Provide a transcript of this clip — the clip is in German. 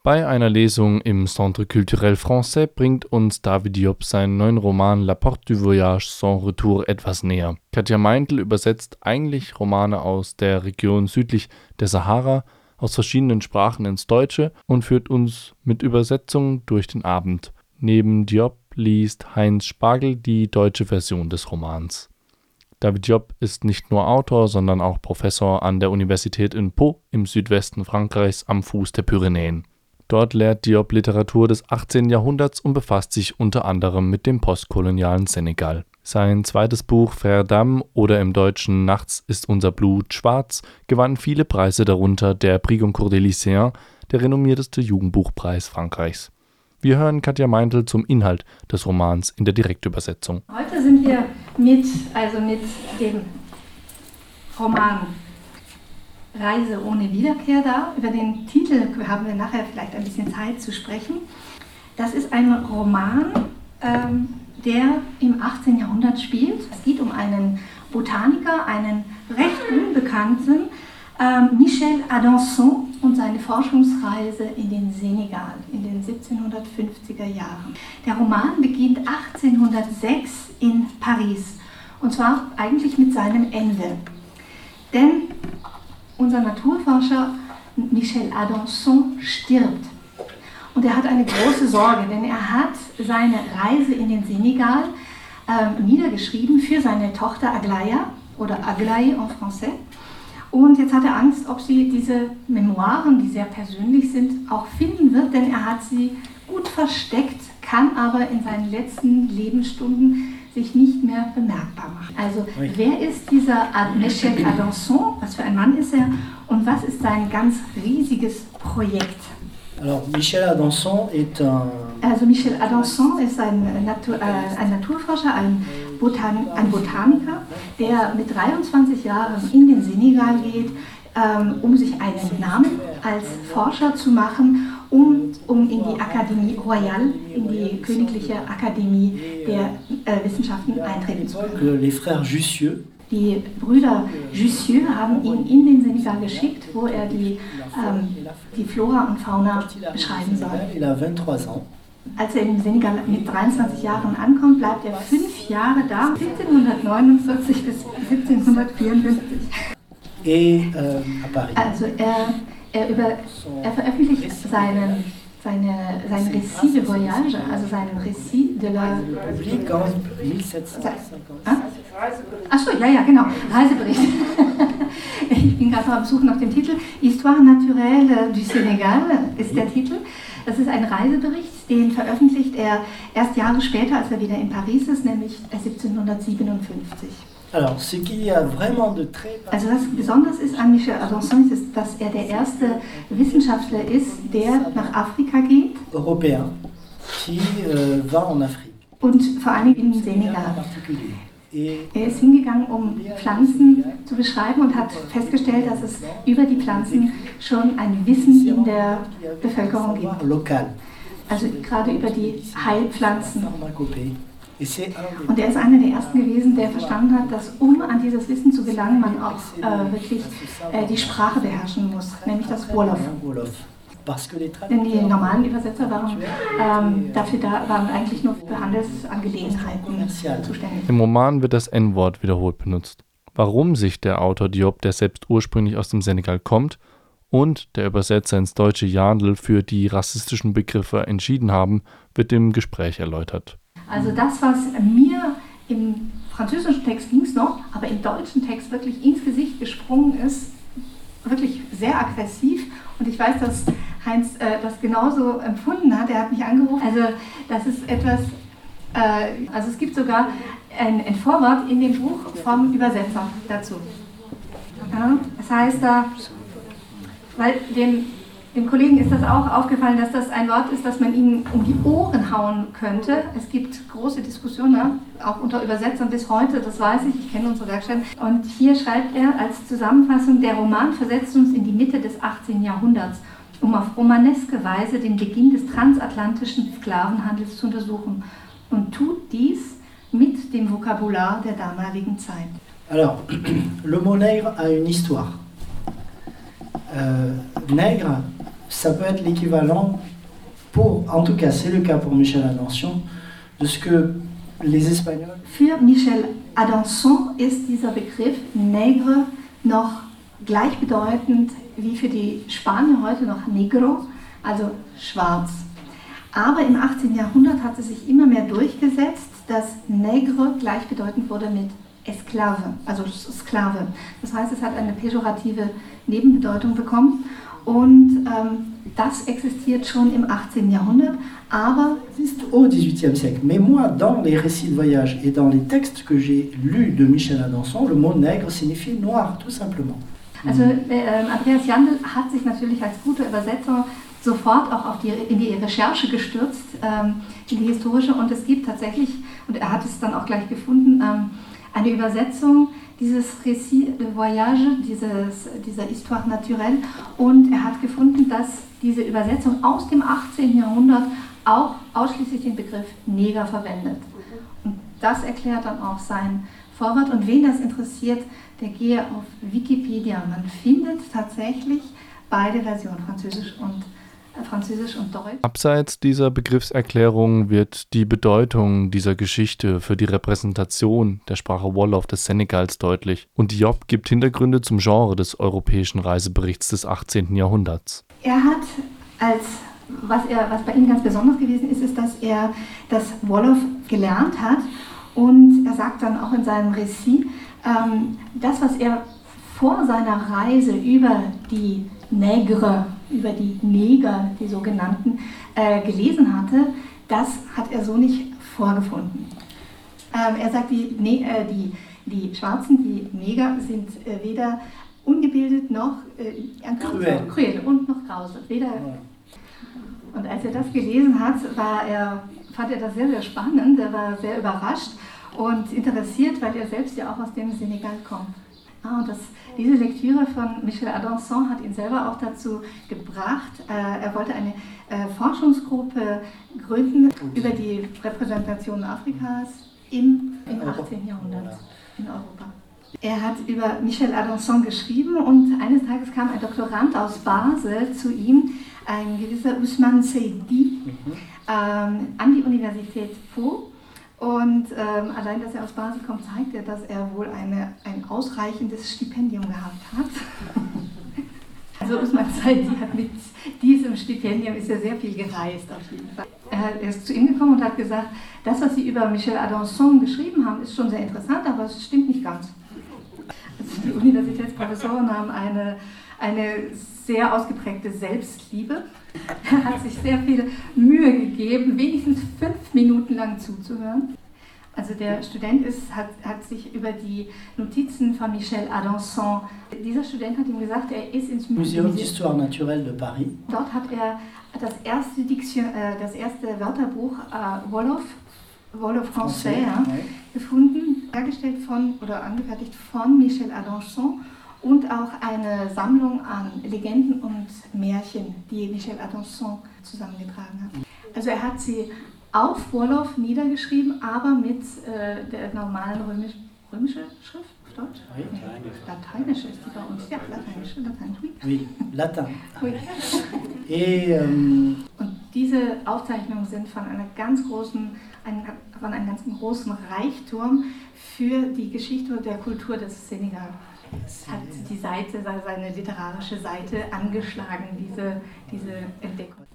Bei einer Lesung im Centre Culturel Français bringt uns David Diop seinen neuen Roman La Porte du Voyage sans retour etwas näher. Katja Meintl übersetzt eigentlich Romane aus der Region südlich der Sahara aus verschiedenen Sprachen ins Deutsche und führt uns mit Übersetzungen durch den Abend. Neben Diop liest Heinz Spargel die deutsche Version des Romans. David Diop ist nicht nur Autor, sondern auch Professor an der Universität in Pau im Südwesten Frankreichs am Fuß der Pyrenäen. Dort lehrt Diop Literatur des 18. Jahrhunderts und befasst sich unter anderem mit dem postkolonialen Senegal. Sein zweites Buch Verdam oder im Deutschen Nachts ist unser Blut schwarz gewann viele Preise, darunter der Prix Goncourt des Lycéens, der renommierteste Jugendbuchpreis Frankreichs. Wir hören Katja Meintl zum Inhalt des Romans in der Direktübersetzung. Heute sind wir mit dem Roman Reise ohne Wiederkehr da. Über den Titel haben wir nachher vielleicht ein bisschen Zeit zu sprechen. Das ist ein Roman, der im 18. Jahrhundert spielt. Es geht um einen Botaniker, einen recht unbekannten, Michel Adanson, und seine Forschungsreise in den Senegal in den 1750er Jahren. Der Roman beginnt 1806 in Paris, und zwar eigentlich mit seinem Ende. Denn unser Naturforscher Michel Adanson stirbt. Und er hat eine große Sorge, denn er hat seine Reise in den Senegal niedergeschrieben für seine Tochter Aglaya, oder Aglaé en français. Und jetzt hat er Angst, ob sie diese Memoiren, die sehr persönlich sind, auch finden wird, denn er hat sie gut versteckt, kann aber in seinen letzten Lebensstunden sich nicht mehr bemerkbar machen. Also wer ist dieser Michel Adanson, was für ein Mann ist er und was ist sein ganz riesiges Projekt? Alors, Michel Adanson ist ein Naturforscher, ein Botaniker, der mit 23 Jahren in den Senegal geht, um sich einen Namen als Forscher zu machen und um in die Académie Royale, in die Königliche Akademie der Wissenschaften eintreten zu können. Les frères Jussieu. Die Brüder Jussieu haben ihn in den Senegal geschickt, wo er die Flora und Fauna beschreiben soll. Il a 23 ans. Als er im Senegal mit 23 Jahren ankommt, bleibt er 5 Jahre da, 1749 bis 1754. À Paris. Also er veröffentlicht sein Récit de Voyage, also seinen Récit de la... Public en 1750. Achso, ja, genau, Reisebericht. Ich bin gerade noch am Suchen nach dem Titel. Histoire naturelle du Sénégal ist der Titel. Das ist ein Reisebericht, den veröffentlicht er erst Jahre später, als er wieder in Paris ist, nämlich 1757. Alors, ce qui a vraiment de très... Also was besonders ist an Michel Adanson, ist, dass er der erste Wissenschaftler ist, der nach Afrika geht. Européen, qui va en Afrique. Und vor allem in den Senegal. Er ist hingegangen, um Pflanzen zu beschreiben und hat festgestellt, dass es über die Pflanzen schon ein Wissen in der Bevölkerung gibt. Local. Also gerade über die Heilpflanzen. Und er ist einer der ersten gewesen, der verstanden hat, dass um an dieses Wissen zu gelangen, man auch wirklich die Sprache beherrschen muss, nämlich das Wolof. Denn die normalen Übersetzer waren eigentlich nur für Handelsangelegenheiten zuständig. Im Roman wird das N-Wort wiederholt benutzt. Warum sich der Autor Diop, der selbst ursprünglich aus dem Senegal kommt, und der Übersetzer ins deutsche Jandl für die rassistischen Begriffe entschieden haben, wird im Gespräch erläutert. Also das, was mir im französischen Text ging es noch, aber im deutschen Text wirklich ins Gesicht gesprungen ist, wirklich sehr aggressiv. Und ich weiß, dass Heinz das genauso empfunden hat. Er hat mich angerufen. Also das ist etwas, also es gibt sogar ein Vorwort in dem Buch vom Übersetzer dazu. Ja, das heißt da, weil dem Kollegen ist das auch aufgefallen, dass das ein Wort ist, das man ihnen um die Ohren hauen könnte. Es gibt große Diskussionen, auch unter Übersetzern bis heute, das weiß ich kenne unsere Werkstätten. Und hier schreibt er als Zusammenfassung, der Roman versetzt uns in die Mitte des 18. Jahrhunderts, um auf romaneske Weise den Beginn des transatlantischen Sklavenhandels zu untersuchen und tut dies mit dem Vokabular der damaligen Zeit. Alors, le mot nègre a une histoire. Nègre ça peut être l'équivalent, en tout cas c'est le cas pour Michel Adanson, de ce que les Espagnols... Für Michel Adanson ist dieser Begriff Negre noch gleichbedeutend wie für die Spanier heute noch Negro, also schwarz. Aber im 18. Jahrhundert hat es sich immer mehr durchgesetzt, dass Negre gleichbedeutend wurde mit Esklave, also Sklave. Das heißt, es hat eine pejorative Nebenbedeutung bekommen und das existiert schon im 18. Jahrhundert, aber... Ça existe au XVIIIe siècle. Mais moi, dans les récits de voyage et dans les textes que j'ai lus de Michel Adanson, le mot nègre signifie noir, tout simplement. Also Andreas Jandl hat sich natürlich als guter Übersetzer sofort auch in die Recherche gestürzt, in die historische, und es gibt tatsächlich, und er hat es dann auch gleich gefunden, eine Übersetzung dieses Récit de Voyage, dieser Histoire naturelle, und er hat gefunden, dass diese Übersetzung aus dem 18. Jahrhundert auch ausschließlich den Begriff Neger verwendet. Und das erklärt dann auch sein Vorwort, und wen das interessiert, der gehe auf Wikipedia. Man findet tatsächlich beide Versionen, Französisch und Deutsch. Abseits dieser Begriffserklärung wird die Bedeutung dieser Geschichte für die Repräsentation der Sprache Wolof des Senegals deutlich, und Diop gibt Hintergründe zum Genre des europäischen Reiseberichts des 18. Jahrhunderts. Er hat was bei ihm ganz besonders gewesen ist, dass er das Wolof gelernt hat, und er sagt dann auch in seinem Récit, das, was er vor seiner Reise über die Nègre, über die Neger, die sogenannten, gelesen hatte, das hat er so nicht vorgefunden. Er sagt, die Schwarzen, die Neger, sind weder ungebildet noch cruel und noch grausam. Und als er das gelesen hat, fand er das sehr, sehr spannend, er war sehr überrascht und interessiert, weil er selbst ja auch aus dem Senegal kommt. Und diese Lektüre von Michel Adanson hat ihn selber auch dazu gebracht, er wollte eine Forschungsgruppe gründen über die Repräsentation Afrikas im 18. Jahrhundert in Europa. Er hat über Michel Adanson geschrieben, und eines Tages kam ein Doktorand aus Basel zu ihm, ein gewisser Ousmane Seydi, an die Universität Po. Und allein, dass er aus Basel kommt, zeigt er, dass er wohl ein ausreichendes Stipendium gehabt hat. Also Ousmane Seydi hat mit diesem Stipendium ist er sehr viel gereist auf jeden Fall. Er ist zu ihm gekommen und hat gesagt, das, was Sie über Michel Adanson geschrieben haben, ist schon sehr interessant, aber es stimmt nicht ganz. Also die Universitätsprofessoren haben eine sehr ausgeprägte Selbstliebe. Er hat sich sehr viel Mühe gegeben, wenigstens 5 Minuten lang zuzuhören. Also der Student hat sich über die Notizen von Michel Adanson, dieser Student hat ihm gesagt, er ist ins Muséum d'Histoire Naturelle de Paris. Dort hat er das erste Wörterbuch Wolof Français gefunden, hergestellt angefertigt von Michel Adanson, und auch eine Sammlung an Legenden und Märchen, die Michel Adanson zusammengetragen hat. Also er hat sie auf Wolof niedergeschrieben, aber mit der normalen römische Schrift, auf Deutsch? Oui. Lateinische ist die bei uns, ja, Lateinisch, oui. Oui, Latin. Oui. Und diese Aufzeichnungen sind von einem ganz großen Reichtum für die Geschichte und der Kultur des Senegal. Hat seine literarische Seite angeschlagen, diese Entdeckung.